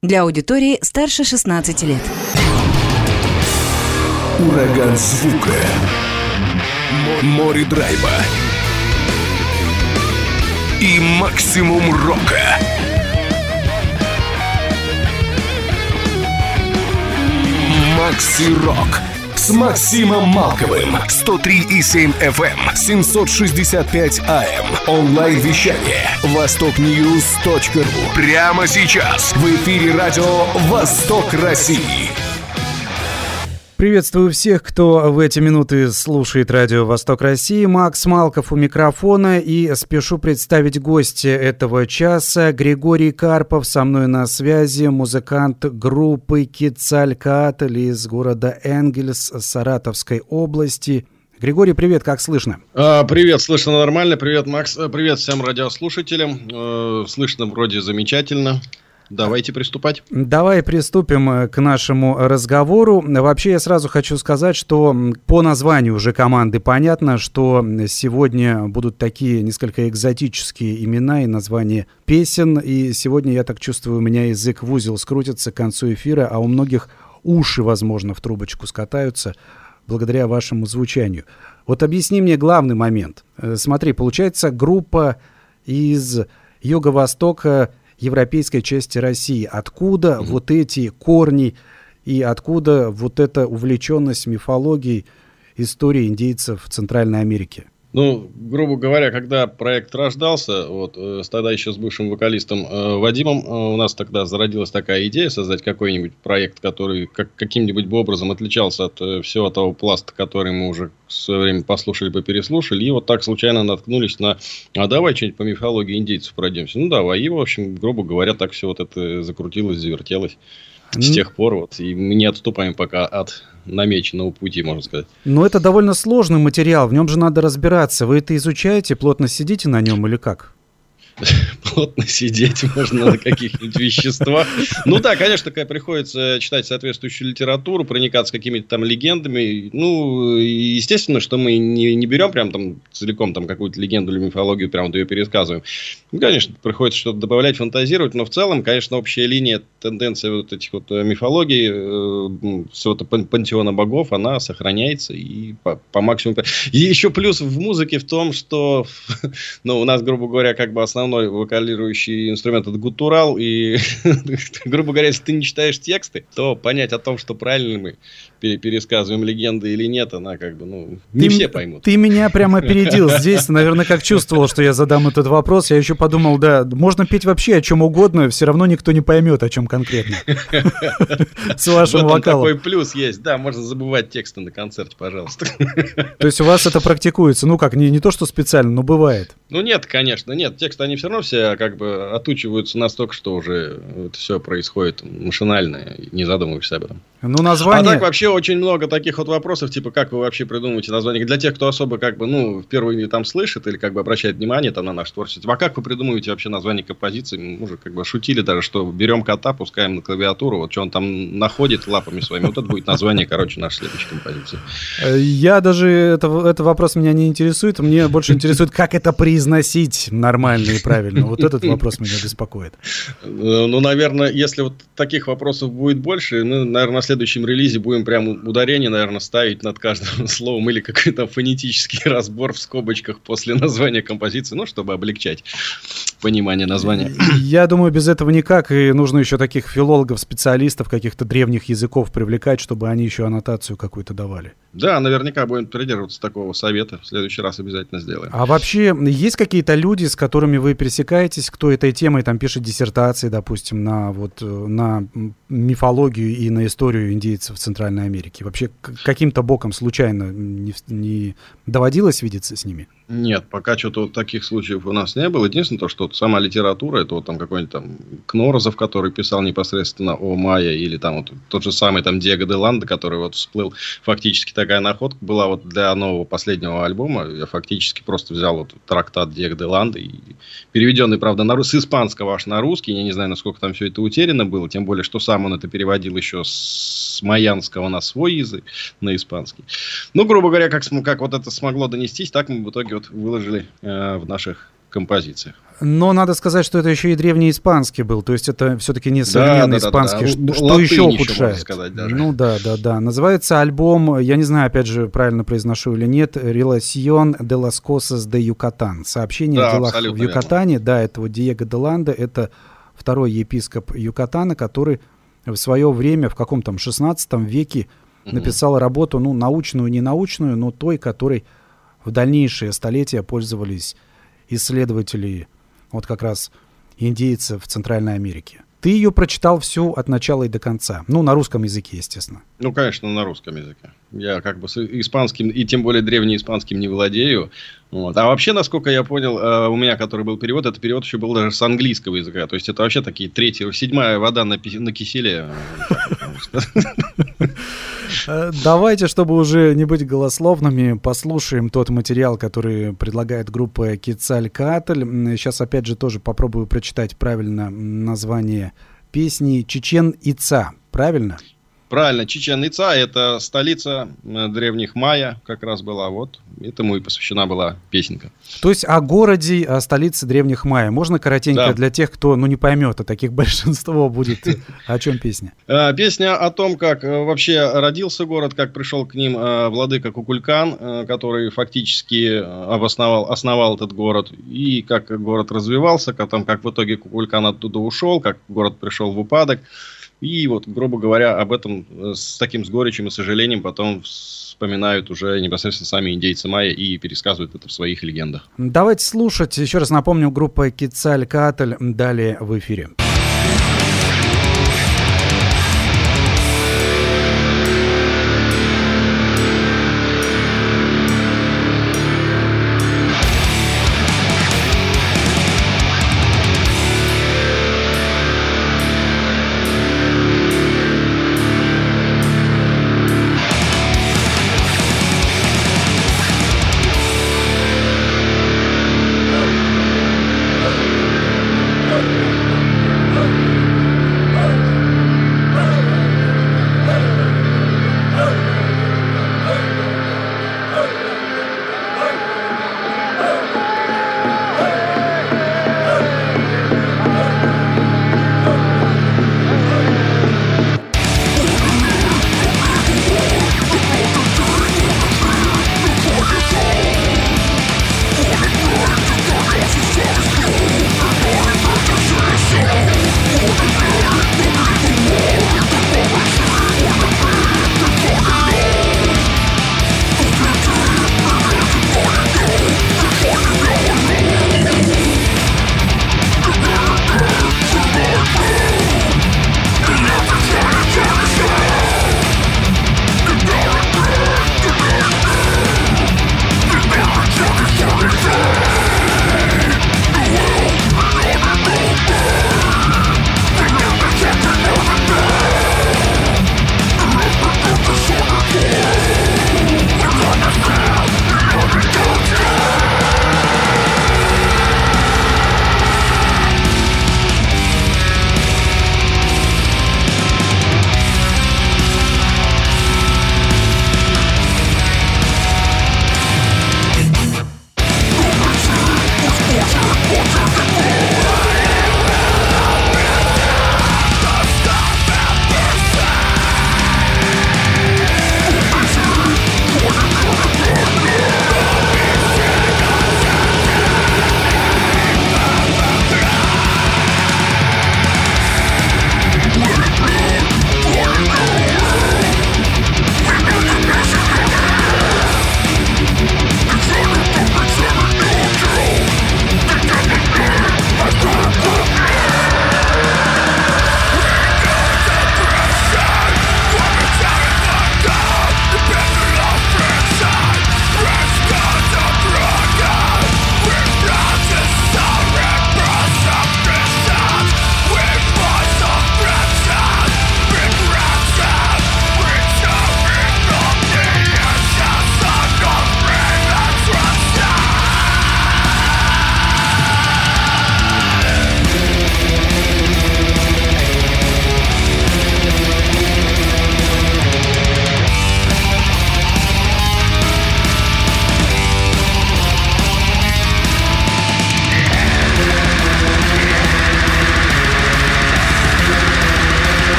Для аудитории старше 16 лет. Ураган звука. Море драйва. И максимум рока. Макси Рок. С Максимом Малковым. 103,7 FM, 765 AM. Онлайн-вещание. Востокньюз.ру. Прямо сейчас. В эфире радио «Восток России». Приветствую всех, кто в эти минуты слушает радио «Восток России». Макс Малков у микрофона, и спешу представить гостя этого часа. Григорий Карпов со мной на связи, музыкант группы Кецалькоатль из города Энгельс Саратовской области. Григорий, привет, как слышно? Привет, слышно нормально. Привет, Макс. Привет всем радиослушателям. Слышно вроде замечательно. Давайте приступать. Давай приступим к нашему разговору. Вообще, я сразу хочу сказать, что по названию уже команды понятно, что сегодня будут такие несколько экзотические имена и названия песен. И сегодня, я так чувствую, у меня язык в узел скрутится к концу эфира, а у многих уши, возможно, в трубочку скатаются благодаря вашему звучанию. Вот объясни мне главный момент. Смотри, получается, группа из юго-востока европейской части России. Откуда вот эти корни и откуда вот эта увлеченность мифологией, историей индейцев в Центральной Америке? Ну, грубо говоря, когда проект рождался, тогда еще с бывшим вокалистом Вадимом, у нас тогда зародилась такая идея создать какой-нибудь проект, который каким-нибудь образом отличался от всего того пласта, который мы уже в свое время послушали, попереслушали, и вот так случайно наткнулись на, давай что-нибудь по мифологии индейцев пройдемся. Ну, давай, и, в общем, грубо говоря, так все вот это закрутилось, завертелось. С тех пор и мы не отступаем пока от намеченного пути, можно сказать. Но это довольно сложный материал, в нем же надо разбираться. Вы это изучаете, плотно сидите на нем или как? Плотно сидеть можно на каких-нибудь веществах. Ну да, конечно, приходится читать соответствующую литературу, проникаться какими-то там легендами. Ну, естественно, что мы не берем прям там целиком там какую-то легенду или мифологию, прям вот ее пересказываем. Ну, конечно, приходится что-то добавлять, фантазировать, но в целом, конечно, общая линия, тенденция вот этих вот мифологий, всего пантеона богов, она сохраняется и по максимуму. И еще плюс в музыке в том, что у нас, грубо говоря, как бы основной вокалирующий инструмент — это гутурал, и, грубо говоря, если ты не читаешь тексты, то понять о том, что правильно мы пересказываем легенды или нет, она как бы, не все поймут. Ты меня прямо опередил здесь, наверное, как чувствовал, что я задам этот вопрос. Я еще подумал, да, можно петь вообще о чем угодно, все равно никто не поймет, о чем конкретно. С вашим вокалом. Такой плюс есть, да, можно забывать тексты на концерте, пожалуйста. То есть у вас это практикуется, не то, что специально, но бывает. Нет, конечно, нет, тексты они все равно все как бы отучиваются настолько, что уже это все происходит машинально, не задумываешься об этом. Название... А так вообще очень много таких вот вопросов, типа, как вы вообще придумываете название? Для тех, кто особо как бы, впервые там слышит или как бы обращает внимание там на наше творчество. А как вы придумываете вообще название композиции? Мы уже как бы шутили даже, что берем кота, пускаем на клавиатуру, вот что он там находит лапами своими, вот это будет название, нашей следующей композиции. Я даже, этот вопрос меня не интересует, мне больше интересует, как это произносить нормально и правильно. Вот этот вопрос меня беспокоит. Наверное, если вот таких вопросов будет больше, мы, наверное, на следующем релизе будем прямо ударение, наверное, ставить над каждым словом или какой-то фонетический разбор в скобочках после названия композиции, чтобы облегчать понимание названия. Я думаю, без этого никак, и нужно еще таких филологов, специалистов, каких-то древних языков привлекать, чтобы они еще аннотацию какую-то давали. Да, наверняка будем придерживаться такого совета. В следующий раз обязательно сделаем. А вообще, есть какие-то люди, с которыми вы пересекаетесь, кто этой темой там пишет диссертации, допустим, на мифологию и на историю индейцев в Центральной Америке? Вообще, каким-то боком случайно не доводилось видеться с ними? Нет, пока что-то таких случаев у нас не было. Единственное, то, что сама литература, это там какой-нибудь там Кнорозов, который писал непосредственно о майя, или там тот же самый там Диего де Ланда, который всплыл. Фактически такая находка была для нового последнего альбома. Я фактически просто взял трактат Диего де Ланда, переведенный, правда, с испанского аж на русский. Я не знаю, насколько там все это утеряно было, тем более, что сам он это переводил еще с майянского на свой язык, на испанский. Грубо говоря, как вот это смогло донестись, так мы в итоге выложили в наших композициях. Но надо сказать, что это еще и древнеиспанский был, то есть это все-таки не современный испанский, что Латынь еще ухудшает. Сказать, даже. Ну да. Называется альбом, я не знаю, опять же, правильно произношу или нет, «Relación de las Cosas de Yucatán». Сообщение о делах в Юкатане, верно. Да, это вот Диего де Ланда, это второй епископ Юкатана, который в свое время, в каком там 16 веке, написал работу, ну, научную, не научную, но той, которой в дальнейшие столетия пользовались исследователи, вот как раз индейцы в Центральной Америке. Ты ее прочитал всю от начала и до конца. Ну, на русском языке, естественно. Ну, конечно, на русском языке. Я как бы с испанским, и тем более древнеиспанским, не владею. Вот. А вообще, насколько я понял, у меня, который был перевод, это перевод еще был даже с английского языка. То есть, это вообще такие седьмая вода на киселе. Давайте, чтобы уже не быть голословными, послушаем тот материал, который предлагает группа Кецалькаатль. Сейчас, опять же, тоже попробую прочитать правильно название песни. Чичен-Ица, правильно? Правильно, Чичен-Ица — это столица древних майя, как раз была, вот, этому и посвящена была песенка. То есть о городе, о столице древних майя. Можно коротенько, да, для тех, кто, не поймет, а таких большинство будет. О чем песня? Песня о том, как вообще родился город, как пришел к ним владыка Кукулькан, который фактически основал этот город, и как город развивался, как в итоге Кукулькан оттуда ушел, как город пришел в упадок. И вот, грубо говоря, об этом с таким горечью и сожалением потом вспоминают уже непосредственно сами индейцы майя и пересказывают это в своих легендах. Давайте слушать. Еще раз напомню, группа Кецалькаатль далее в эфире.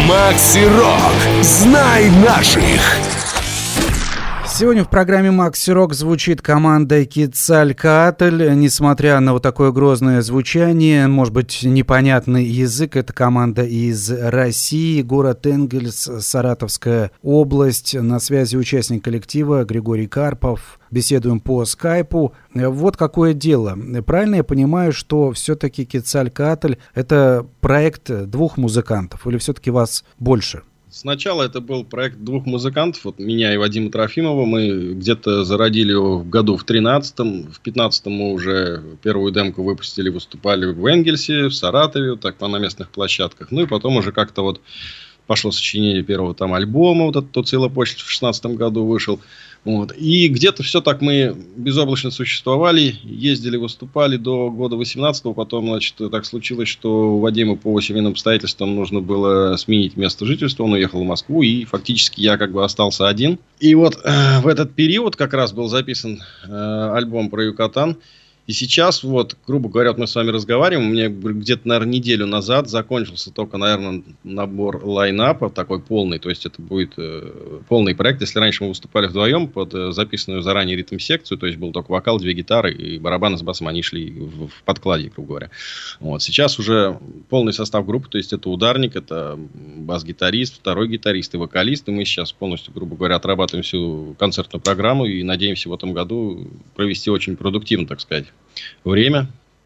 Макси Рок. Знай наших. Сегодня в программе «Макси Рок» звучит команда Quetzalcoatl. Несмотря на вот такое грозное звучание, может быть, непонятный язык, это команда из России, город Энгельс, Саратовская область. На связи участник коллектива Григорий Карпов. Беседуем по скайпу. Вот какое дело. Правильно я понимаю, что все-таки Quetzalcoatl — это проект двух музыкантов, или все-таки вас больше? Сначала это был проект двух музыкантов, вот меня и Вадима Трофимова. Мы где-то зародили его в году в 13-м. В 15-м мы уже первую демку выпустили, выступали в Энгельсе, в Саратове, так на местных площадках. Ну и потом уже как-то вот пошло сочинение первого там альбома, вот этот «Целая почта» в 16-м году вышел. Вот. И где-то все так мы безоблачно существовали, ездили, выступали до года 18-го. Потом, значит, так случилось, что Вадиму по семейным обстоятельствам нужно было сменить место жительства. Он уехал в Москву, и фактически я как бы остался один. И вот в этот период как раз был записан альбом про Юкатан. И сейчас, вот, грубо говоря, вот мы с вами разговариваем, у меня где-то, наверное, неделю назад закончился только, наверное, набор лайнапа такой полный, то есть это будет полный проект. Если раньше мы выступали вдвоем под записанную заранее ритм-секцию, то есть был только вокал, две гитары и барабаны с басом, они шли в подкладе, грубо говоря. Вот. Сейчас уже полный состав группы, то есть это ударник, это бас-гитарист, второй гитарист и вокалист, и мы сейчас полностью, грубо говоря, отрабатываем всю концертную программу и надеемся в этом году провести очень продуктивно, так сказать, время,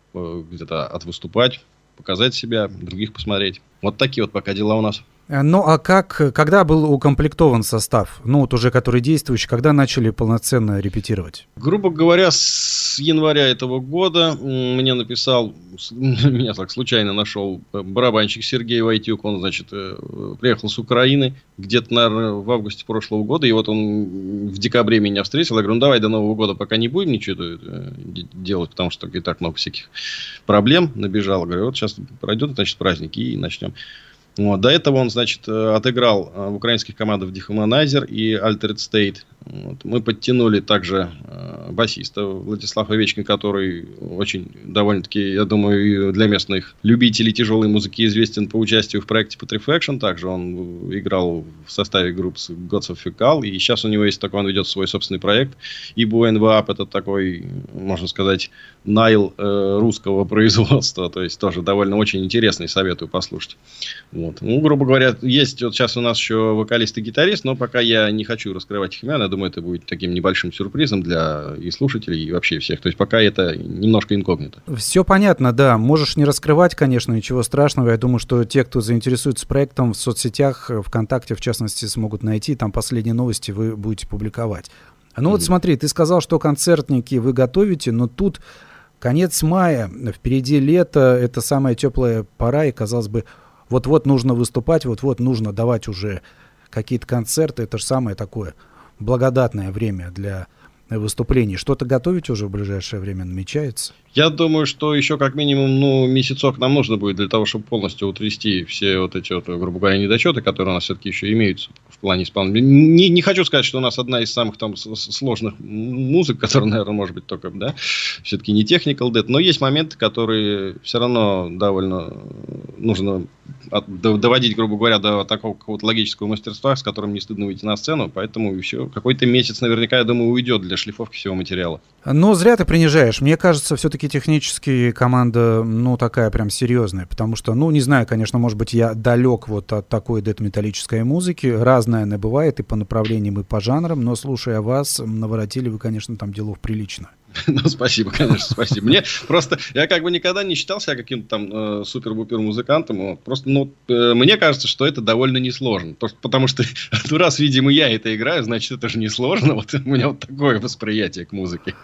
где-то отвыступать, показать себя, других посмотреть. Вот такие вот пока дела у нас. Ну, а когда был укомплектован состав? Ну, вот уже который действующий, когда начали полноценно репетировать? Грубо говоря, с января этого года мне написал, меня так случайно нашел барабанщик Сергей Войтюк, он, значит, приехал с Украины где-то, наверное, в августе прошлого года, и вот он в декабре меня встретил, я говорю, ну, давай до Нового года пока не будем ничего делать, потому что и так много всяких проблем набежало. Говорю, вот сейчас пройдет, значит, праздники, и начнем. Вот. До этого он, значит, отыграл в украинских командах Dehumanizer и Altered State. Вот. Мы подтянули также басиста Владислава Овечкина, который очень довольно-таки, я думаю, для местных любителей тяжелой музыки известен по участию в проекте Putrefaction. Также он играл в составе группы Gods of Fecal. И сейчас у него есть такой, он ведет свой собственный проект. Ibu and Vap — это такой, можно сказать, Найл русского производства. То есть тоже довольно очень интересный, советую послушать. Вот. Ну, грубо говоря, есть вот сейчас у нас еще вокалист и гитарист, но пока я не хочу раскрывать их имена, я думаю, это будет таким небольшим сюрпризом для и слушателей, и вообще всех. То есть пока это немножко инкогнито. Все понятно, да. Можешь не раскрывать, конечно, ничего страшного. Я думаю, что те, кто заинтересуется проектом в соцсетях, ВКонтакте, в частности, смогут найти. Там последние новости вы будете публиковать. Ну вот смотри, ты сказал, что концертники вы готовите, но тут конец мая, впереди лето, это самая теплая пора, и, казалось бы, вот-вот нужно выступать, вот-вот нужно давать уже какие-то концерты. Это же самое такое благодатное время для выступлений. Что-то готовите уже в ближайшее время, намечается? Я думаю, что еще как минимум месяцок нам нужно будет для того, чтобы полностью утрясти все вот эти, вот, грубо говоря, недочеты, которые у нас все-таки еще имеются в плане исполнения. Не хочу сказать, что у нас одна из самых там сложных музык, которая, наверное, может быть только, да, все-таки не technical death, но есть моменты, которые все равно довольно нужно доводить, грубо говоря, до такого какого-то логического мастерства, с которым не стыдно выйти на сцену, поэтому еще какой-то месяц наверняка, я думаю, уйдет для шлифовки всего материала. Но зря ты принижаешь. Мне кажется, все-таки технически команда, такая прям серьезная, потому что, не знаю, конечно, может быть, я далек вот от такой дэт-металлической музыки, разная она бывает и по направлениям, и по жанрам, но, слушая вас, наворотили вы, конечно, там делов прилично. Спасибо, конечно, спасибо. Мне просто, я как бы никогда не считал себя каким-то там супер-бупер музыкантом. Просто, мне кажется, что это довольно несложно. Потому что, раз, видимо, я это играю, значит, это же несложно. Вот у меня вот такое восприятие к музыке.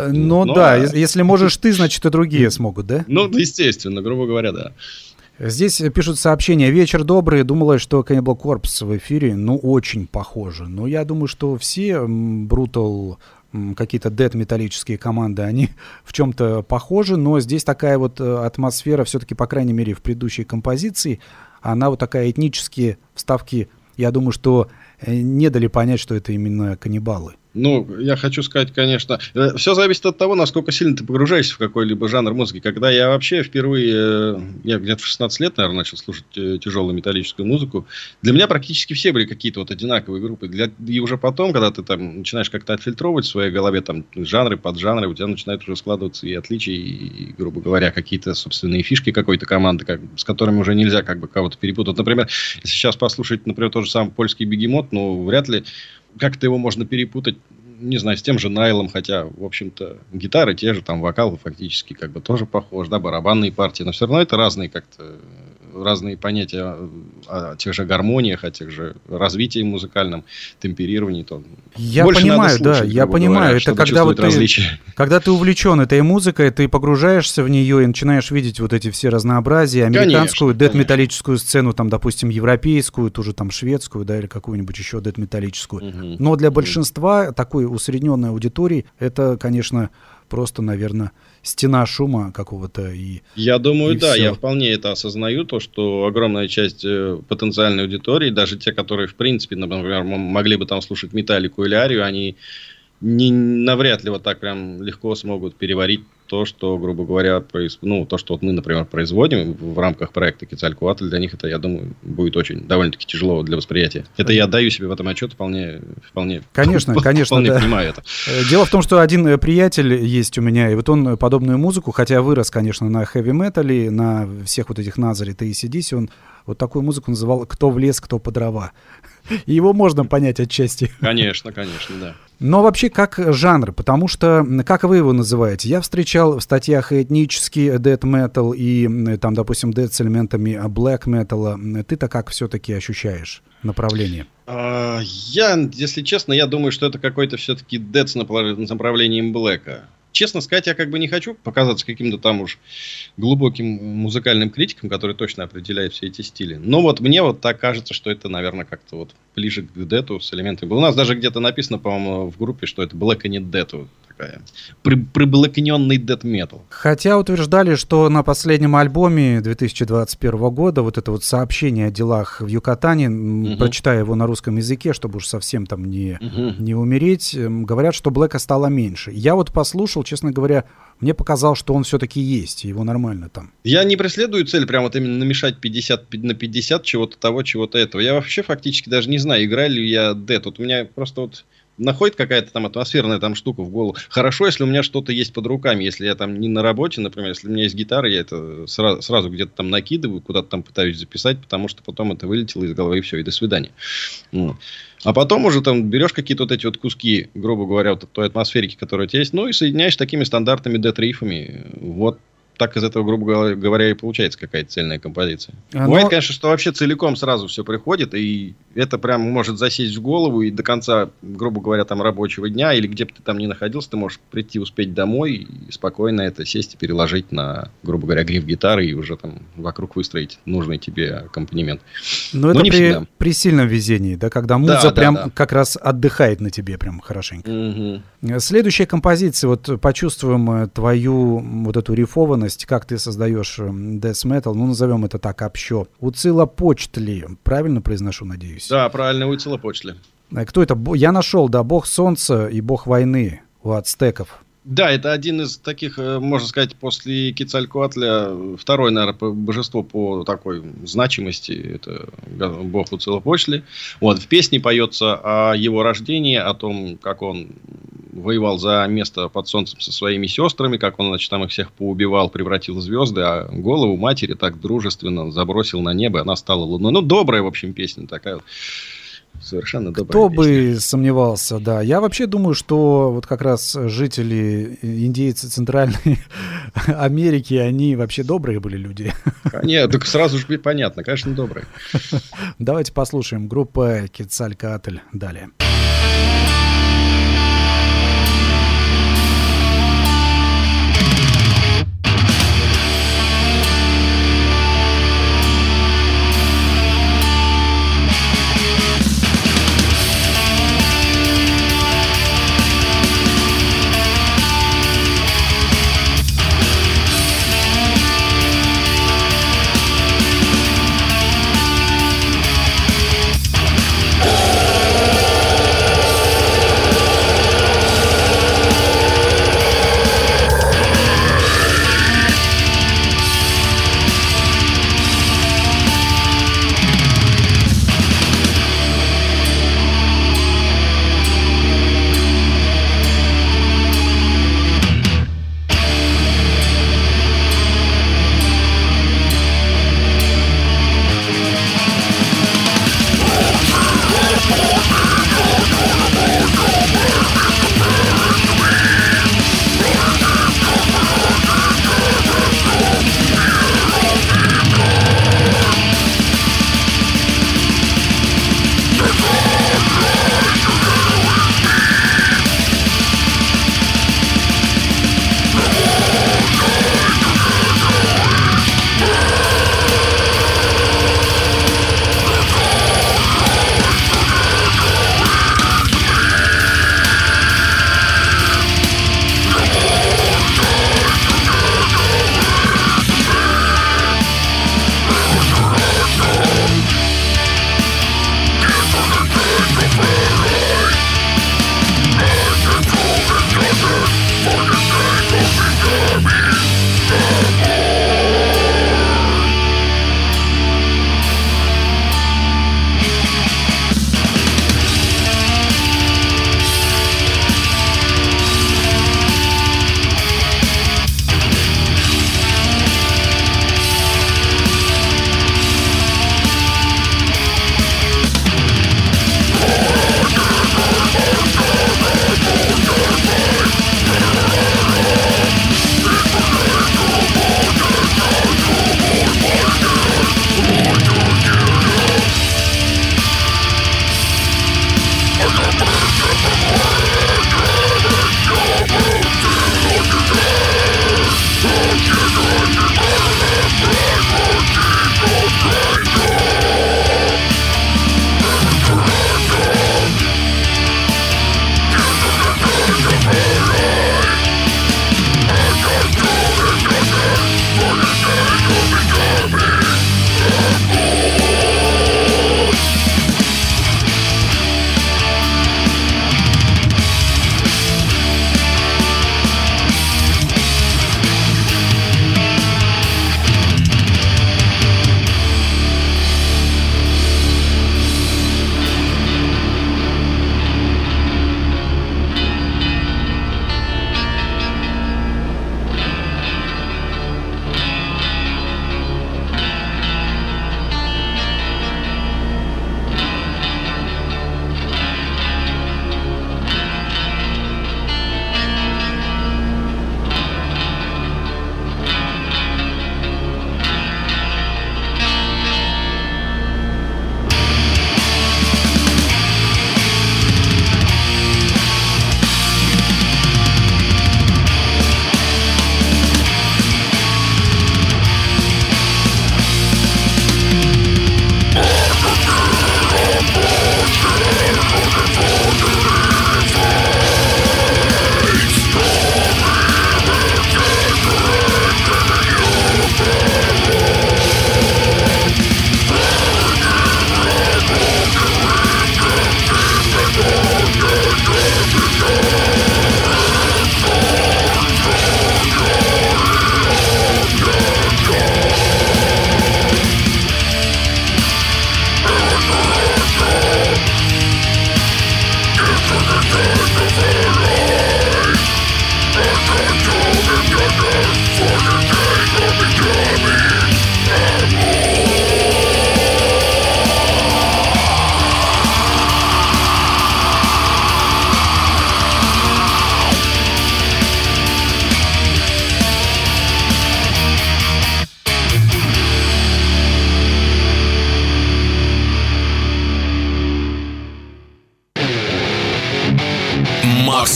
Да, если можешь ты, значит, и другие смогут, да? Естественно, грубо говоря, да. Здесь пишут сообщения. Вечер добрый. Думала, что Cannibal Corpse в эфире, очень похоже. Но я думаю, что все Brutal, какие-то дэт-металлические команды, они в чем-то похожи, но здесь такая вот атмосфера, все-таки, по крайней мере, в предыдущей композиции, она вот такая, этнические вставки, я думаю, что не дали понять, что это именно каннибалы. Ну, я хочу сказать, конечно, все зависит от того, насколько сильно ты погружаешься в какой-либо жанр музыки. Когда я вообще впервые, я где-то в 16 лет, наверное, начал слушать тяжелую металлическую музыку, для меня практически все были какие-то вот одинаковые группы. И уже потом, когда ты там начинаешь как-то отфильтровывать в своей голове там жанры, поджанры, у тебя начинают уже складываться и отличия, и, грубо говоря, какие-то собственные фишки какой-то команды, с которыми уже нельзя как бы кого-то перепутать. Например, если сейчас послушать, например, тот же самый польский Бегемот, ну, вряд ли как-то его можно перепутать, не знаю, с тем же Найлом, хотя, в общем-то, гитары те же, там, вокал фактически как бы тоже похож, да, барабанные партии, но все равно это разные как-то, разные понятия о тех же гармониях, о тех же развитии музыкальном, темперировании. То я понимаю, да, я понимаю. Это когда ты увлечен этой музыкой, ты погружаешься в нее и начинаешь видеть вот эти все разнообразия, американскую дэт-металлическую сцену, там, допустим, европейскую, ту же там шведскую, да, или какую-нибудь еще дэт-металлическую. Но для большинства такой усредненной аудитории это, конечно, просто, наверное, стена шума какого-то. Я думаю, да, я вполне это осознаю, то, что огромная часть потенциальной аудитории, даже те, которые, в принципе, например, могли бы там слушать Металлику или Арию, они навряд ли вот так прям легко смогут переварить то, что, грубо говоря, то, что вот мы, например, производим в рамках проекта Quetzalcoatl, для них это, я думаю, будет очень довольно-таки тяжело для восприятия. Это я отдаю себе в этом отчет вполне конечно, вполне да. Понимаю это. Дело в том, что один приятель есть у меня, и вот он подобную музыку, хотя вырос, конечно, на хэви-метале, на всех вот этих Назарет и AC/DC, он вот такую музыку называл «Кто в лес, кто по дрова». И его можно понять отчасти. Конечно, да. Но вообще как жанр, потому что, как вы его называете? Я встречал в статьях этнический death metal и там, допустим, death с элементами black metal. Ты-то как все-таки ощущаешь направление? Я, если честно, я думаю, что это какой-то все-таки death с направлением блэка. Честно сказать, я как бы не хочу показаться каким-то там уж глубоким музыкальным критиком, который точно определяет все эти стили. Но вот мне вот так кажется, что это, наверное, как-то вот ближе к дэту с элементами. У нас даже где-то написано, по-моему, в группе, что это блэканет дэту. Такая приблэкненный дэт-метал. Хотя утверждали, что на последнем альбоме 2021 года вот это вот сообщение о делах в Юкатане, прочитая его на русском языке, чтобы уж совсем там не умереть, говорят, что блэка стало меньше. Я вот послушал, честно говоря, мне показалось, что он все-таки есть, его нормально там. Я не преследую цель прям вот именно намешать 50 на 50 чего-то того, чего-то этого. Я вообще фактически даже не знаю, играю ли я дэт. Вот у меня просто вот находит какая-то там атмосферная там штука в голову. Хорошо, если у меня что-то есть под руками. Если я там не на работе, например, если у меня есть гитара, я это сразу где-то там накидываю, куда-то там пытаюсь записать, потому что потом это вылетело из головы, и все, и до свидания. А потом уже там берешь какие-то вот эти вот куски, грубо говоря, вот той атмосферики, которая у тебя есть, ну и соединяешь такими стандартными дэт-рифами. Вот так из этого, грубо говоря, и получается какая-то цельная композиция. Бывает, конечно, что вообще целиком сразу все приходит, и это прям может засесть в голову, и до конца, грубо говоря, там рабочего дня, или где бы ты там ни находился, ты можешь прийти, успеть домой, и спокойно это сесть и переложить на, грубо говоря, гриф гитары, и уже там вокруг выстроить нужный тебе аккомпанемент. Но это при сильном везении, да, когда муза как раз отдыхает на тебе прям хорошенько. Следующая композиция, вот почувствуем твою вот эту рифованность, как ты создаешь death metal, ну, назовем это так, общо. Уцилопочтли, правильно произношу, надеюсь? Да, правильно, Уцилопочтли. Кто это? Я нашел, да, бог солнца и бог войны у ацтеков. Да, это один из таких, можно сказать, после Quetzalcoatl второе, наверное, божество по такой значимости. Это бог Уцилопочтли. Вот, в песне поется о его рождении, о том, как он воевал за место под солнцем со своими сестрами, как он, значит, там их всех поубивал, превратил в звезды, а голову матери так дружественно забросил на небо, она стала луной. Ну, добрая, в общем, песня такая. Совершенно добрая Кто песня. бы сомневался, да. Я вообще думаю, что вот как раз жители, индейцы Центральной Америки, они вообще добрые были люди. Нет, так сразу же понятно, конечно, добрые. Давайте послушаем. Группа Quetzalcoatl. Далее.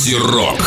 Козерог.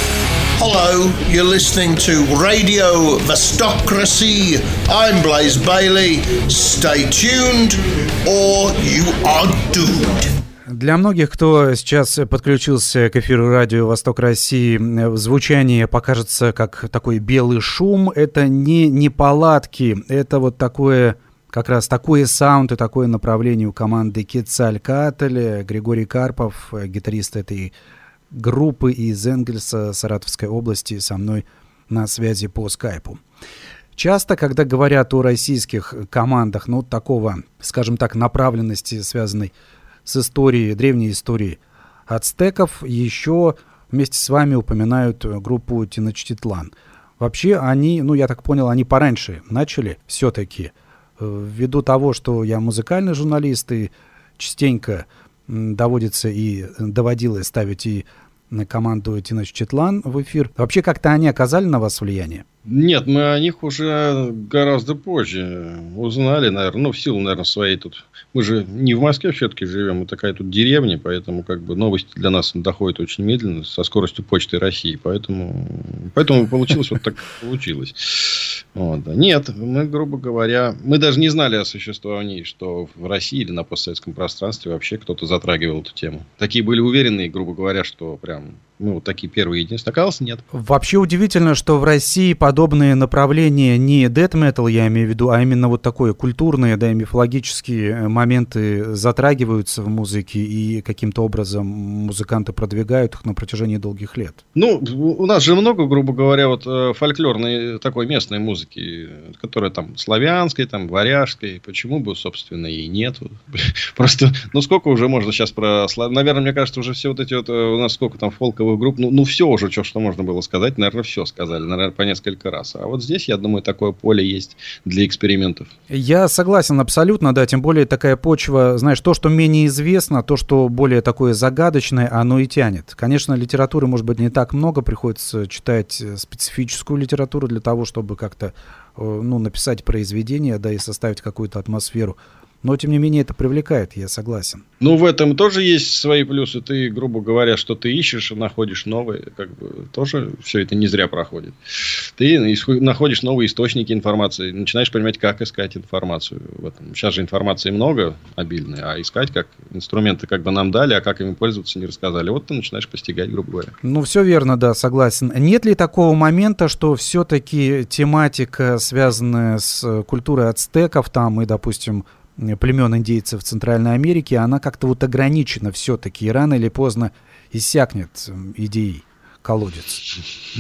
Hello, you're listening to Radio Vestocracy. I'm Blaze Bailey. Stay tuned, or you are doomed. Для многих, кто сейчас подключился к эфиру радио «Восток России», звучание покажется как такой белый шум. Это не неполадки, это вот такое, как раз такой саунд и такое направление у команды Кецалькоатль. Григорий Карпов, гитарист этой группы из Энгельса, Саратовской области, со мной на связи по скайпу. Часто, когда говорят о российских командах, ну, такого, скажем так, направленности, связанной с историей, древней историей ацтеков, еще вместе с вами упоминают группу Теночтитлан. Вообще они, ну, я так понял, они пораньше начали все-таки, ввиду того, что я музыкальный журналист и частенько доводится и доводилось ставить и команду Теночтитлан в эфир. Вообще как-то они оказали на вас влияние? Нет, мы о них уже гораздо позже узнали, наверное, ну, в силу, наверное, своей тут. Мы же не в Москве все-таки живем, мы такая тут деревня, поэтому как бы новости для нас доходят очень медленно, со скоростью почты России, поэтому получилось вот так получилось. Вот, да. Нет, мы, грубо говоря, мы даже не знали о существовании, что в России или на постсоветском пространстве вообще кто-то затрагивал эту тему. Такие были уверенные, грубо говоря, что прям мы вот такие первые единственные. Оказалось, нет. Вообще удивительно, что в России подобные направления не death metal, я имею в виду, а именно вот такое культурные, да, и мифологические моменты затрагиваются в музыке, и каким-то образом музыканты продвигают их на протяжении долгих лет. Ну, у нас же много, грубо говоря, вот фольклорной такой местной музыки, которая там славянской, там варяжской. Почему бы, собственно, и нет? Просто, ну, сколько уже можно сейчас про... Наверное, мне кажется, уже все вот эти вот... У нас сколько там фолковых групп, ну все уже, что можно было сказать, наверное, все сказали, наверное, по несколько раз. А вот здесь, я думаю, такое поле есть для экспериментов. Я согласен абсолютно, да, тем более такая почва, знаешь, то, что менее известно, то, что более такое загадочное, оно и тянет. Конечно, литературы, может быть, не так много, приходится читать специфическую литературу для того, чтобы как-то, ну, написать произведение, да, и составить какую-то атмосферу. Но, тем не менее, это привлекает, я согласен. Ну, в этом тоже есть свои плюсы. Ты, грубо говоря, что ты ищешь, находишь новые, как бы, тоже все это не зря проходит. Ты находишь новые источники информации, начинаешь понимать, как искать информацию в этом. Сейчас же информации много, обильной, а искать, как инструменты как бы нам дали, а как ими пользоваться не рассказали. Вот ты начинаешь постигать, грубо говоря. Ну, все верно, да, согласен. Нет ли такого момента, что все-таки тематика, связанная с культурой ацтеков, там и, допустим, племен индейцев Центральной Америки, она как-то вот ограничена все-таки, и рано или поздно иссякнет идеей колодец?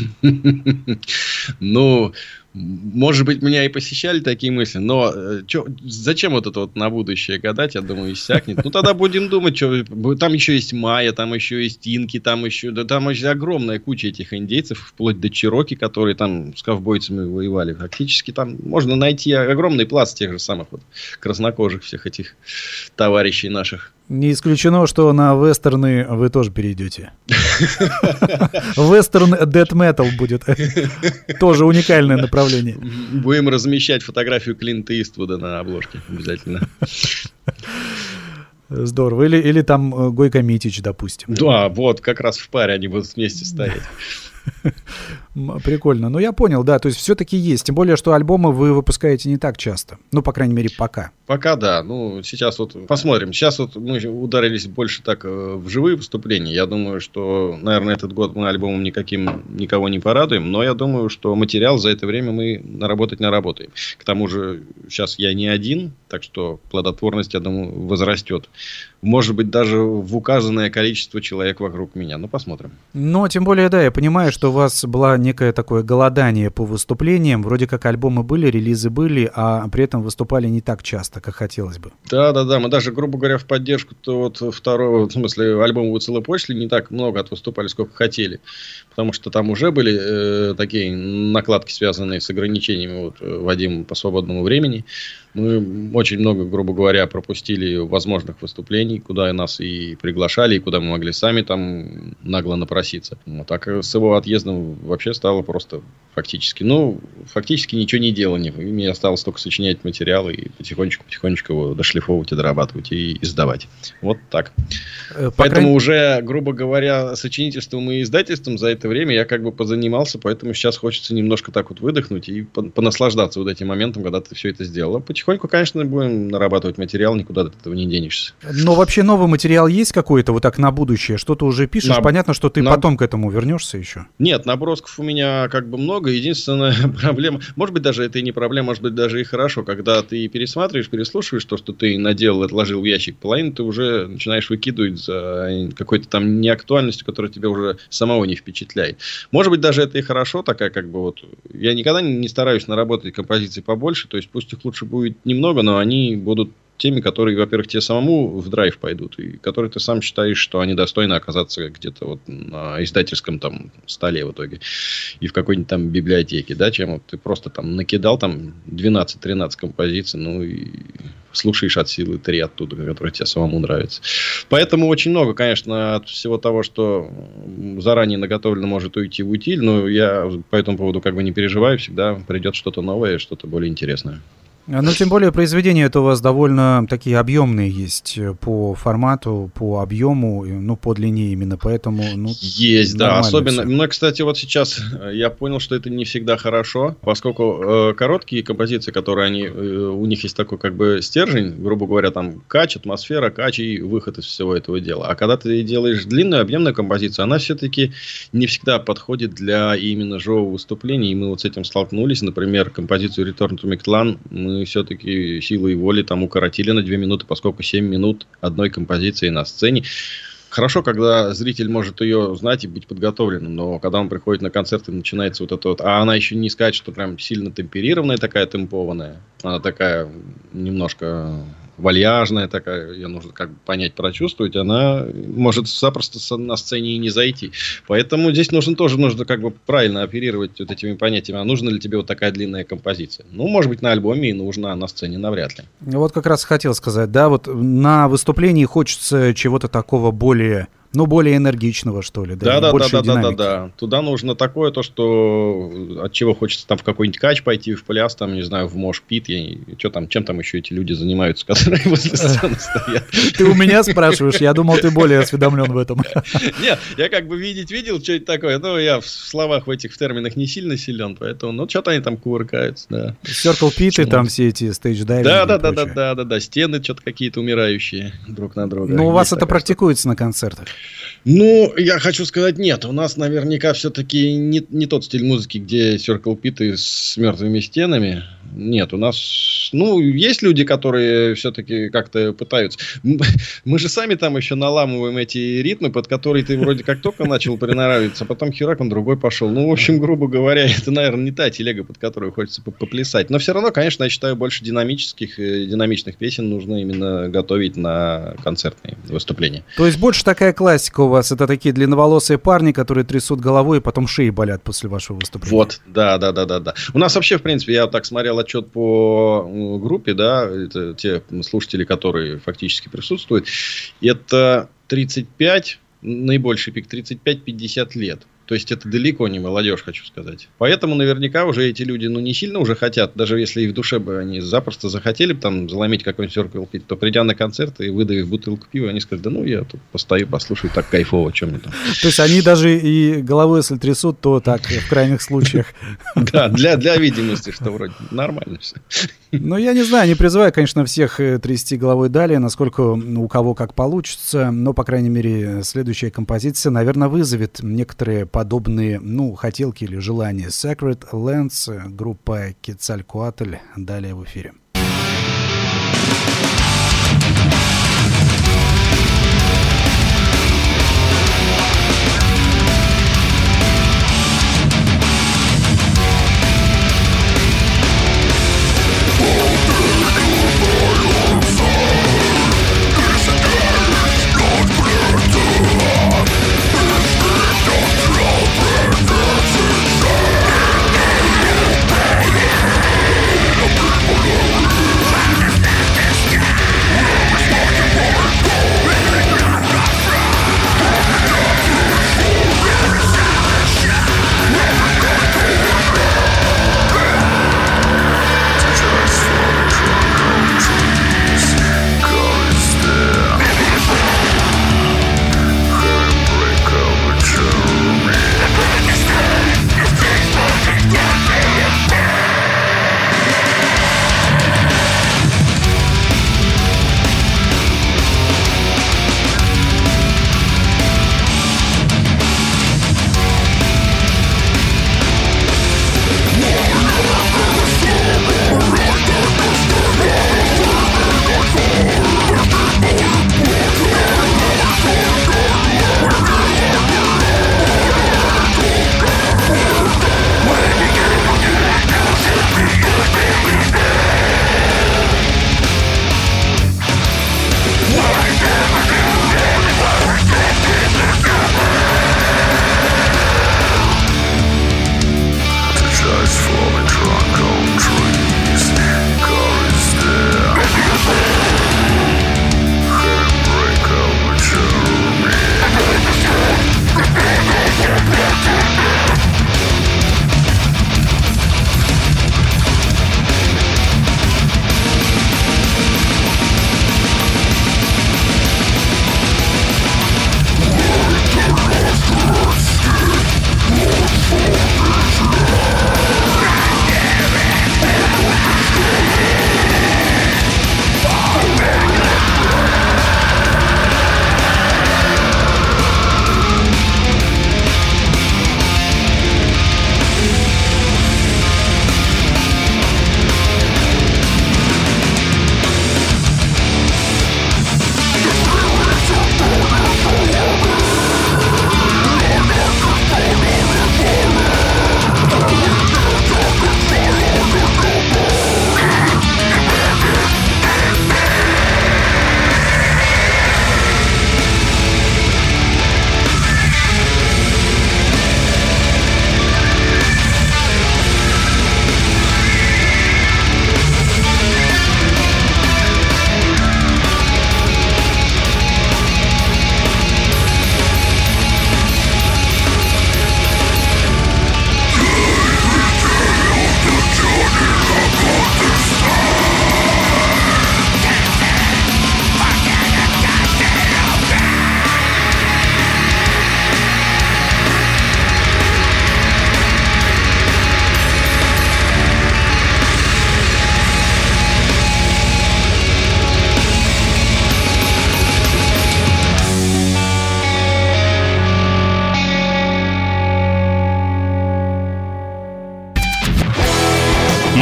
Ну, может быть, меня и посещали такие мысли, но зачем вот это вот на будущее гадать, я думаю, иссякнет. Ну, тогда будем думать, что там еще есть майя, там еще есть инки, там еще огромная куча этих индейцев, вплоть до чероки, которые там с ковбойцами воевали. Фактически там можно найти огромный пласт тех же самых вот краснокожих всех этих товарищей наших. Не исключено, что на вестерны вы тоже перейдете. Вестерн death metal будет. Тоже уникальное направление. Будем размещать фотографию Клинта Иствуда на обложке обязательно. Здорово. Или там Гойко Митич, допустим. Да, вот, как раз в паре они будут вместе стоять. Прикольно. Ну, я понял, да, то есть все-таки есть. Тем более, что альбомы вы выпускаете не так часто. Ну, по крайней мере, пока. Пока, да. Ну, сейчас вот посмотрим. Сейчас вот мы ударились больше так в живые выступления. Я думаю, что, наверное, этот год мы альбомом никого не порадуем. Но я думаю, что материал за это время мы наработаем. К тому же, сейчас я не один, так что плодотворность, я думаю, возрастет. Может быть, даже в указанное количество человек вокруг меня. Ну, посмотрим. Но, тем более, да, я понимаю, что у вас было некое такое голодание по выступлениям. Вроде как альбомы были, релизы были, а при этом выступали не так часто, как хотелось бы. Да. Мы даже, грубо говоря, в поддержку-то вот второго, в смысле, альбома «Уцелы почли» не так много отвыступали, сколько хотели. Потому что там уже были такие накладки, связанные с ограничениями вот, Вадима по свободному времени. Мы очень много, грубо говоря, пропустили возможных выступлений, куда нас и приглашали, и куда мы могли сами там нагло напроситься. Вот так с его отъездом вообще стало просто фактически ничего не делания. Мне осталось только сочинять материалы и потихонечку его дошлифовывать и дорабатывать и издавать. Вот так. Поэтому уже, грубо говоря, сочинительством и издательством за это время я как бы позанимался, поэтому сейчас хочется немножко так вот выдохнуть и понаслаждаться вот этим моментом, когда ты все это сделал. А потихоньку, конечно, будем нарабатывать материал, никуда от этого не денешься. Но вообще новый материал есть какой-то вот так на будущее? Что ты уже пишешь? Понятно, что ты потом к этому вернешься еще. Нет, набросков у меня как бы много. Единственная проблема, может быть, даже это и не проблема, может быть, даже и хорошо, когда ты пересматриваешь, переслушиваешь то, что ты наделал, отложил в ящик, половину ты уже начинаешь выкидывать за какой-то там неактуальностью, которая тебя уже самого не впечатляет. Может быть, даже это и хорошо, такая как бы вот... Я никогда не стараюсь наработать композиции побольше, то есть пусть их лучше будет немного, но они будут теми, которые, во-первых, тебе самому в драйв пойдут, и которые ты сам считаешь, что они достойны оказаться где-то вот на издательском там столе в итоге, и в какой-нибудь там библиотеке, да, чем вот ты просто там накидал там 12-13 композиций, ну и слушаешь от силы 3 оттуда, которые тебе самому нравятся. Поэтому очень много, конечно, от всего того, что заранее наготовлено, может уйти в утиль, но я по этому поводу как бы не переживаю, всегда придет что-то новое, что-то более интересное. Ну, тем более, произведения это у вас довольно такие объемные есть по формату, по объему, ну, по длине именно, поэтому... Есть, да, особенно... Ну, кстати, вот сейчас я понял, что это не всегда хорошо, поскольку короткие композиции, которые у них есть такой как бы стержень, грубо говоря, там кач, атмосфера, кач и выход из всего этого дела. А когда ты делаешь длинную, объемную композицию, она все-таки не всегда подходит для именно живого выступления, и мы вот с этим столкнулись. Например, композицию Return to Mictlan мы все-таки силой воли там укоротили на 2 минуты, поскольку 7 минут одной композиции на сцене. Хорошо, когда зритель может ее знать и быть подготовленным, но когда он приходит на концерт и начинается вот это вот, а она еще не сказать, что прям сильно темперированная такая, темпованная, она такая немножко вальяжная такая, ее нужно как бы понять, прочувствовать, она может запросто на сцене и не зайти. Поэтому здесь нужно как бы правильно оперировать вот этими понятиями, а нужна ли тебе вот такая длинная композиция. Ну, может быть, на альбоме и нужна, а на сцене навряд ли. Вот как раз хотел сказать, да, вот на выступлении хочется чего-то такого более энергичного, что ли, да? Да. Туда нужно такое, то, что от чего хочется там в какой-нибудь кач пойти, в пляс, там, не знаю, в мош-пит. Чем там еще эти люди занимаются, которые возле сцены стоят? Ты у меня спрашиваешь? Я думал, ты более осведомлен в этом. Нет, я как бы видел, что это такое. Но я в словах в этих терминах не сильно силен, поэтому, что-то они там кувыркаются, да. Circle Pit, там все эти стейдж-дайвинги. Да, стены что-то какие-то умирающие друг на друга. Ну, у вас это практикуется на концертах? Ну, я хочу сказать, нет. У нас наверняка все-таки не тот стиль музыки, где Circle Pit с мертвыми стенами. Нет, у нас... есть люди, которые все-таки как-то пытаются. Мы же сами там еще наламываем эти ритмы, под которые ты вроде как только начал приноравливаться, а потом херак, он другой пошел. Ну, в общем, грубо говоря, это, наверное, не та телега, под которую хочется поплясать. Но все равно, конечно, я считаю, больше динамичных песен нужно именно готовить на концертные выступления. То есть больше такая классика у вас, это такие длинноволосые парни, которые трясут головой, и потом шеи болят после вашего выступления. Вот, да. У нас вообще, в принципе, я так смотрел отчет по группе, да, это те слушатели, которые фактически присутствуют, это 35, наибольший пик 35-50 лет. То есть это далеко не молодежь, хочу сказать. Поэтому наверняка уже эти люди не сильно уже хотят, даже если и в душе бы они запросто захотели бы там заломить какой-нибудь Circle Pit, то придя на концерт и выдавив бутылку пива, они скажут, я тут постою, послушаю, так кайфово, чем мне там. То есть они даже и головой, если трясут, то так, в крайних случаях. Да, для видимости, что вроде нормально все. Ну, я не знаю, не призываю, конечно, всех трясти головой далее, насколько у кого как получится, но, по крайней мере, следующая композиция, наверное, вызовет некоторые подобные, хотелки или желания. Sacred Lands, группа Quetzalcoatl, далее в эфире. People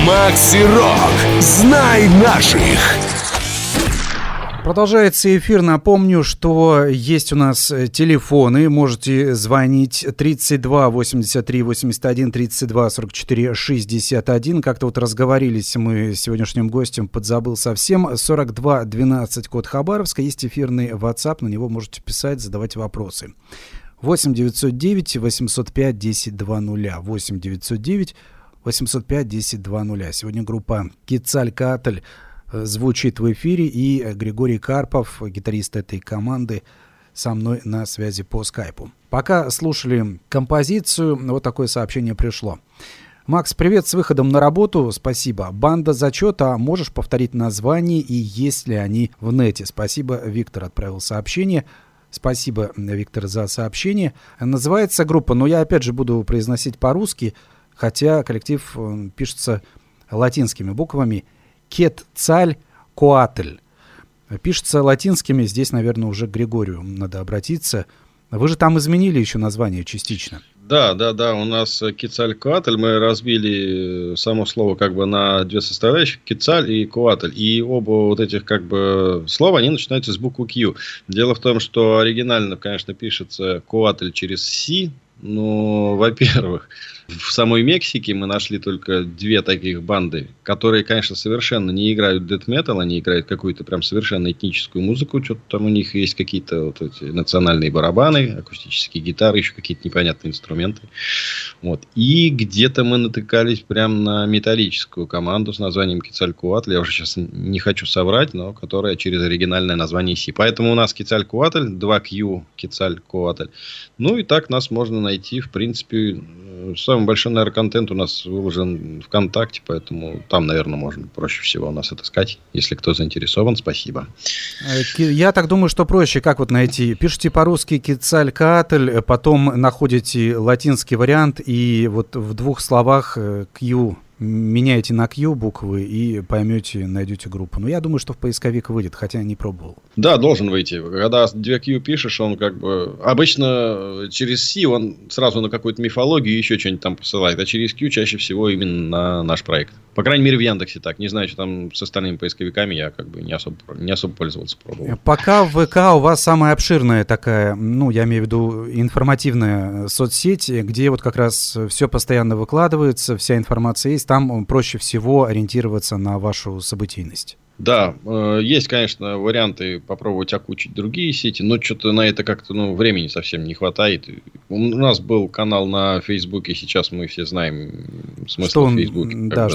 Макси Рок. Знай наших. Продолжается эфир. Напомню, что есть у нас телефоны. Можете звонить 32 83 81 32 44 61. Как-то вот разговорились мы с сегодняшним гостем, подзабыл совсем. 42 12 код Хабаровска. Есть эфирный WhatsApp, на него можете писать, задавать вопросы. 8 909 805 10 20. 8 909 805 10 20. Сегодня группа Кецалькоатль звучит в эфире, и Григорий Карпов, гитарист этой команды, со мной на связи по скайпу. Пока слушали композицию, вот такое сообщение пришло. Макс, привет с выходом на работу, спасибо. Банда «Зачет», а можешь повторить название и есть ли они в нете? Спасибо, Виктор отправил сообщение. Спасибо, Виктор, за сообщение. Называется группа, но я опять же буду произносить по-русски, хотя коллектив пишется латинскими буквами. Кецалькоатль. Пишется латинскими, здесь, наверное, уже к Григорию надо обратиться. Вы же там изменили еще название частично. Да, у нас Кецалькоатль, мы разбили само слово как бы на две составляющих, Кецаль и Коатль. И оба вот этих как бы слова, они начинаются с буквы Q. Дело в том, что оригинально, конечно, пишется Коатль через Си, но, во-первых, в самой Мексике мы нашли только две таких банды, которые, конечно, совершенно не играют дэт-метал, они играют какую-то прям совершенно этническую музыку, что-то там у них есть какие-то вот эти национальные барабаны, акустические гитары, еще какие-то непонятные инструменты. Вот. И где-то мы натыкались прям на металлическую команду с названием Кецалькоатль, я уже сейчас не хочу соврать, но которая через оригинальное название Си. Поэтому у нас Кецалькоатль, 2Q, Кецалькоатль. Ну и так нас можно найти, в принципе. Самый большой, наверное, контент у нас выложен ВКонтакте, поэтому там, наверное, можно проще всего нас отыскать. Если кто заинтересован, спасибо. Я так думаю, что проще. Как вот найти? Пишите по-русски Кецалькоатль, потом находите латинский вариант, и вот в двух словах Q меняете на Q буквы и поймете, найдете группу. Но я думаю, что в поисковик выйдет, хотя не пробовал. Да, должен выйти. Когда 2Q пишешь, он как бы... Обычно через C он сразу на какую-то мифологию еще что-нибудь там посылает, а через Q чаще всего именно на наш проект. По крайней мере, в Яндексе так. Не знаю, что там с остальными поисковиками, я как бы не особо пользовался, пробовал. Пока в ВК у вас самая обширная такая, я имею в виду информативная соцсеть, где вот как раз все постоянно выкладывается, вся информация есть. Там проще всего ориентироваться на вашу событийность. Да, есть, конечно, варианты попробовать окучить другие сети, но что-то на это как-то времени совсем не хватает. У нас был канал на Фейсбуке, сейчас мы все знаем смысл Фейсбука.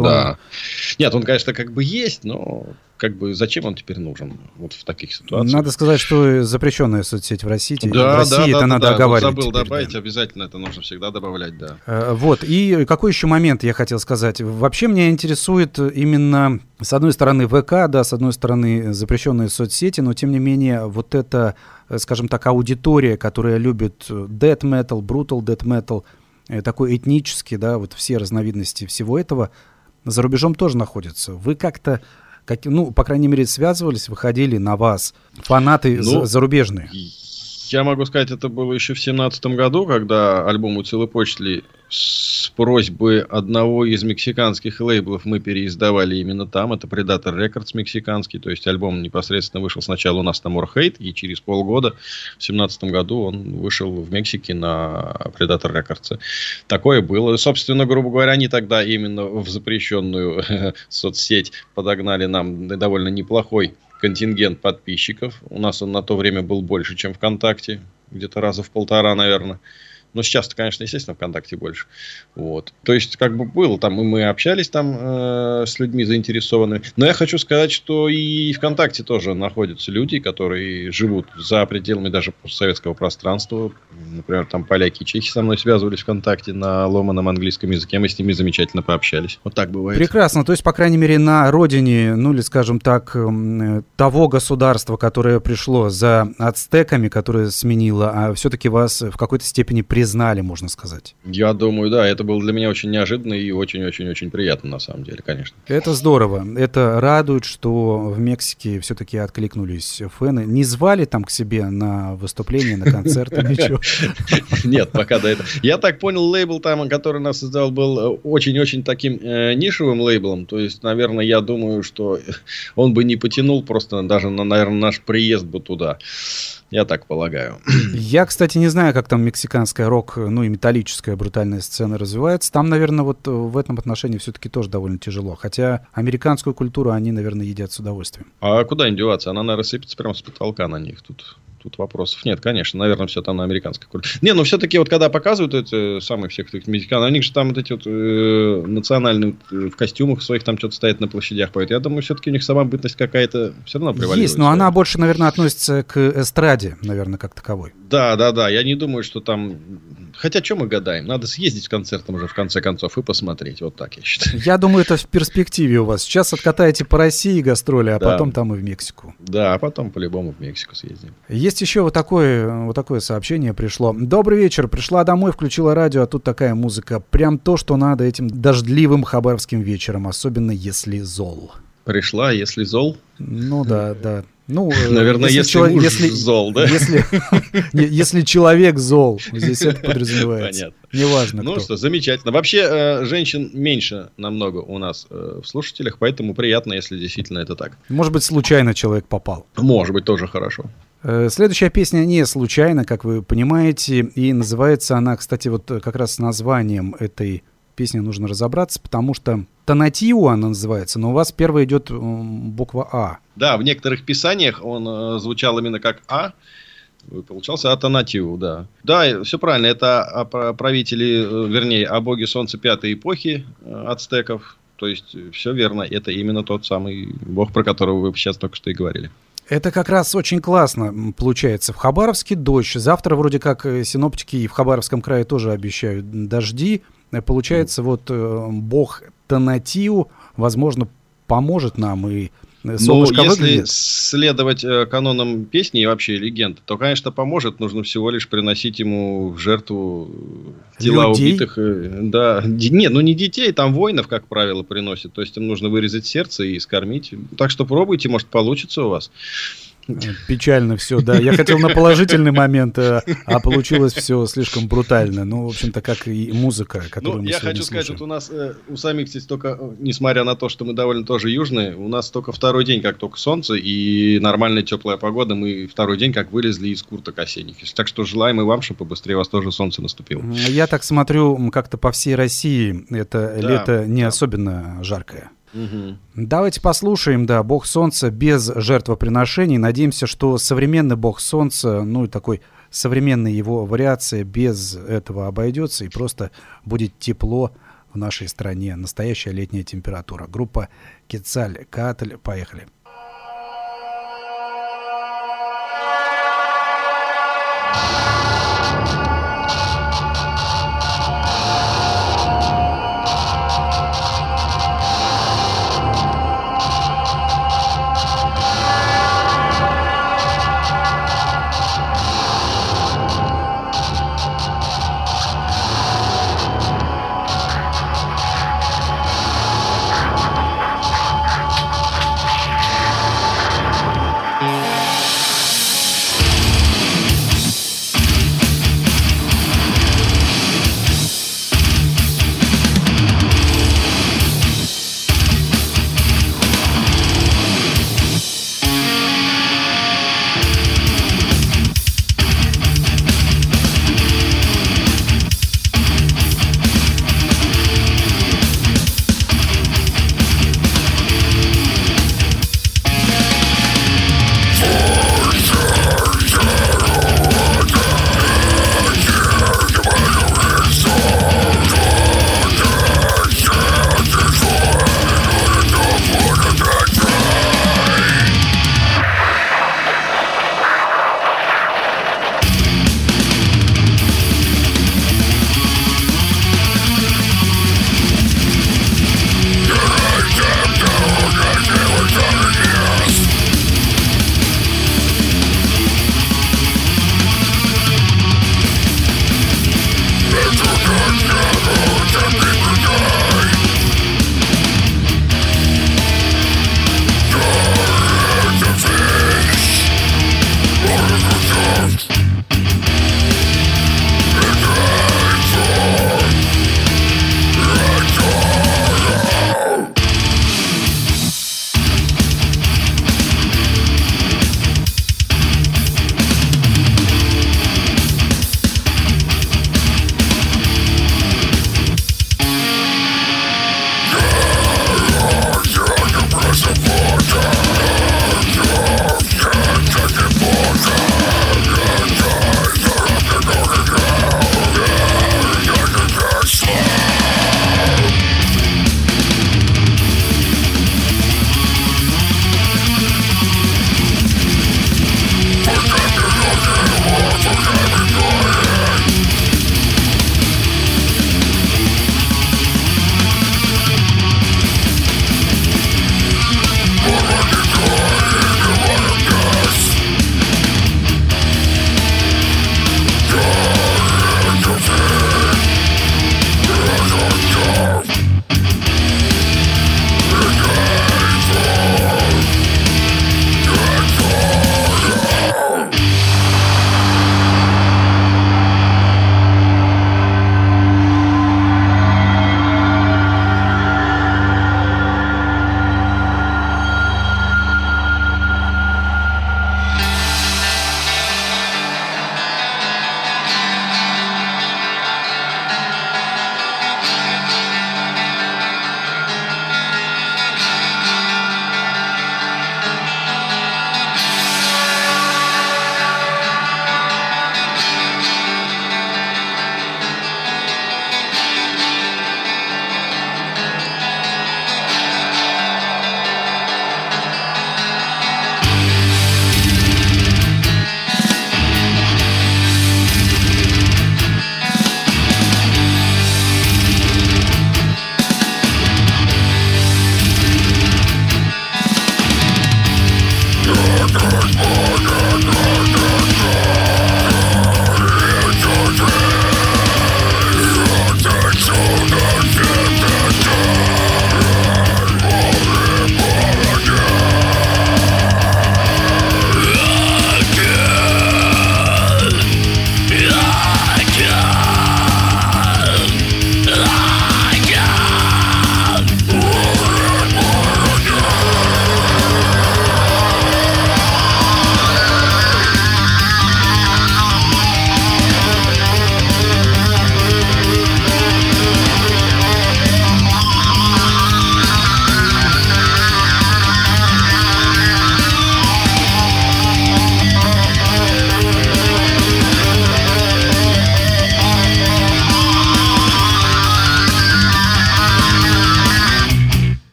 Нет, он, конечно, как бы есть, но как бы зачем он теперь нужен вот в таких ситуациях? Надо сказать, что запрещенная соцсеть в России. Да, в России это надо оговаривать. Вот забыл добавить, обязательно это нужно всегда добавлять, да. Вот, и какой еще момент я хотел сказать? Вообще меня интересует именно, с одной стороны, ВК, да, с одной стороны, запрещенные соцсети, но тем не менее, вот эта, скажем так, аудитория, которая любит death metal, brutal death metal, такой этнический, да, вот все разновидности всего этого, за рубежом тоже находятся. Вы как-то, по крайней мере, связывались, выходили на вас фанаты зарубежные? Я могу сказать, это было еще в 2017 году, когда альбом «Уцелы почли» с просьбы одного из мексиканских лейблов мы переиздавали именно там. Это Predator Records мексиканский. То есть альбом непосредственно вышел сначала у нас на More Hate, и через полгода, в 2017 году, он вышел в Мексике на Predator Records. Такое было. Собственно, грубо говоря, они тогда именно в запрещенную соцсеть подогнали нам довольно неплохой контингент подписчиков. У нас он на то время был больше, чем ВКонтакте. Где-то раза в 1,5, наверное. Но сейчас-то, конечно, естественно, ВКонтакте больше. Вот. То есть, как бы было там, и мы общались там с людьми заинтересованными. Но я хочу сказать, что и ВКонтакте тоже находятся люди, которые живут за пределами даже постсоветского пространства. Например, там поляки и чехи со мной связывались ВКонтакте на ломаном английском языке. Мы с ними замечательно пообщались. Вот так бывает. Прекрасно. То есть, по крайней мере, на родине, или, скажем так, того государства, которое пришло за ацтеками, которое сменило, а все-таки вас в какой-то степени признали знали, можно сказать. Я думаю, да, это было для меня очень неожиданно и очень-очень-очень приятно, на самом деле, конечно. Это здорово. Это радует, что в Мексике все-таки откликнулись фэны. Не звали там к себе на выступление, на концерты, ничего? Нет, пока до этого. Я так понял, лейбл там, который нас создал, был очень-очень таким нишевым лейблом. То есть, наверное, я думаю, что он бы не потянул просто даже, наверное, наш приезд бы туда. Я так полагаю. Я, кстати, не знаю, как там мексиканская рок, ну и металлическая брутальная сцена развивается. Там, наверное, вот в этом отношении все-таки тоже довольно тяжело. Хотя американскую культуру они, наверное, едят с удовольствием. А куда им деваться? Она, наверное, сыпется прямо с потолка на них. Тут вопросов нет, конечно. Наверное, все там на американской культуре. Не, ну все-таки вот когда показывают эти самые всех этих мексиканцев, у них же там вот эти вот национальные в костюмах своих там что-то стоят на площадях поют. Я думаю, все-таки у них самобытность какая-то все равно превалирует. Есть, но она больше, наверное, относится к эстраде, наверное, как таковой. Да. Я не думаю, что там... Хотя, что мы гадаем? Надо съездить с концертом уже в конце концов и посмотреть. Вот так, я считаю. Я думаю, это в перспективе у вас. Сейчас откатаете по России гастроли, а потом там и в Мексику. Да, а потом по-любому в Мексику съездим. Есть еще вот такое сообщение пришло. Добрый вечер. Пришла домой, включила радио, а тут такая музыка. Прям то, что надо этим дождливым хабаровским вечером, особенно если зол. Пришла, если зол? Ну да. Ну, наверное, если муж зол, да? Если человек зол, здесь это подразумевается. Понятно. Неважно кто. Ну что, замечательно. Вообще, женщин меньше намного у нас в слушателях, поэтому приятно, если действительно это так. Может быть, случайно человек попал. Может быть, тоже хорошо. Следующая песня не случайно, как вы понимаете, и называется она, кстати, вот как раз с названием этой песни нужно разобраться, потому что Tonatiuh она называется, но у вас первая идет буква А. Да, в некоторых писаниях он звучал именно как А, получался Tonatiuh, да. Да, все правильно, это правители, вернее, о боге солнца пятой эпохи ацтеков, то есть все верно, это именно тот самый бог, про которого вы сейчас только что и говорили. Это как раз очень классно получается. В Хабаровске дождь. Завтра вроде как синоптики и в Хабаровском крае тоже обещают дожди. Получается, вот бог Tonatiuh, возможно, поможет нам и солнышко если выглядит. Следовать канонам песни и вообще легенд, то, конечно, поможет. Нужно всего лишь приносить ему в жертву тела людей? Убитых. Да. Не, не детей, там воинов, как правило, приносят. То есть им нужно вырезать сердце и скормить. Так что пробуйте, может, получится у вас. Печально все, да. Я хотел на положительный момент, а получилось все слишком брутально. Ну, в общем-то, как и музыка, которую мы я сегодня хочу сказать, слушаем. вот у нас, у самих здесь только, несмотря на то, что мы довольно тоже южные, у нас только второй день, как только солнце и нормальная теплая погода, мы второй день как вылезли из курток осенних. Так что желаем и вам, чтобы побыстрее у вас тоже солнце наступило. Я так смотрю, как-то по всей России это лето не особенно жаркое. Угу. Давайте послушаем, бог солнца без жертвоприношений. Надеемся, что современный бог солнца, ну и такой современная его вариация без этого обойдется и просто будет тепло в нашей стране. Настоящая летняя температура. Группа Quetzalcoatl. Поехали.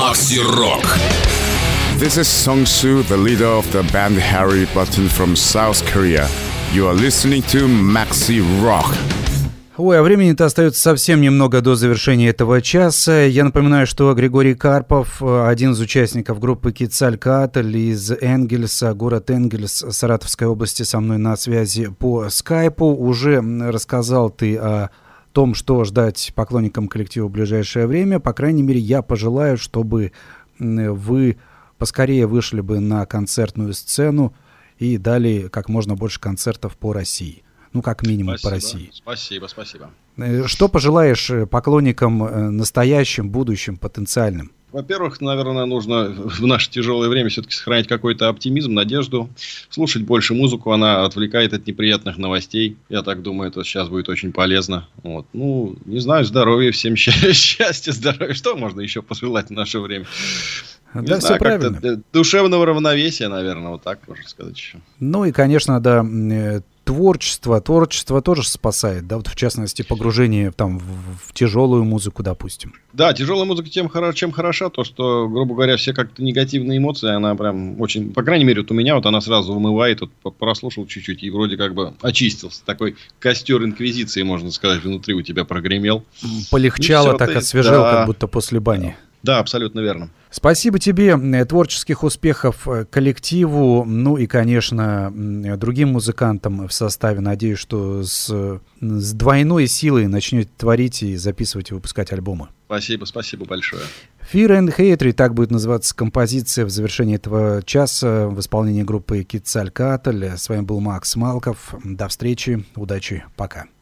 Макси Рок. This is Song-Soo, the leader of the band Harry Button from South Korea. You are listening to Maxi Rock. Ой, а времени-то остается совсем немного до завершения этого часа. Я напоминаю, что Григорий Карпов, один из участников группы Quetzalcoatl из Энгельса, город Энгельс, Саратовской области, со мной на связи по скайпу. Уже рассказал ты о том, что ждать поклонникам коллектива в ближайшее время. По крайней мере, я пожелаю, чтобы вы поскорее вышли бы на концертную сцену и дали как можно больше концертов по России. Ну, как минимум, по России. Спасибо. Что пожелаешь поклонникам настоящим, будущим, потенциальным? Во-первых, наверное, нужно в наше тяжелое время все-таки сохранять какой-то оптимизм, надежду, слушать больше музыку, она отвлекает от неприятных новостей. Я так думаю, это сейчас будет очень полезно. Вот. Ну, не знаю, здоровья всем, счастья, здоровья. Что можно еще пожелать в наше время? Не Да, знаю, все правильно. Душевного равновесия, наверное, вот так можно сказать еще. Ну и, конечно, да, творчество тоже спасает, да, вот в частности погружение там в тяжелую музыку, допустим. Да, тяжелая музыка чем хороша, то что, грубо говоря, все как-то негативные эмоции, она прям очень, по крайней мере, вот у меня вот она сразу вымывает, вот прослушал чуть-чуть и вроде как бы очистился, такой костер инквизиции, можно сказать, внутри у тебя прогремел. Полегчало, так освежел, да. Как будто после бани. Да, абсолютно верно. Спасибо тебе, творческих успехов коллективу, ну и, конечно, другим музыкантам в составе. Надеюсь, что с двойной силой начнете творить и записывать и выпускать альбомы. Спасибо большое. Fear and Hatred, так будет называться композиция в завершении этого часа в исполнении группы Quetzalcoatl. С вами был Макс Малков. До встречи, удачи, пока.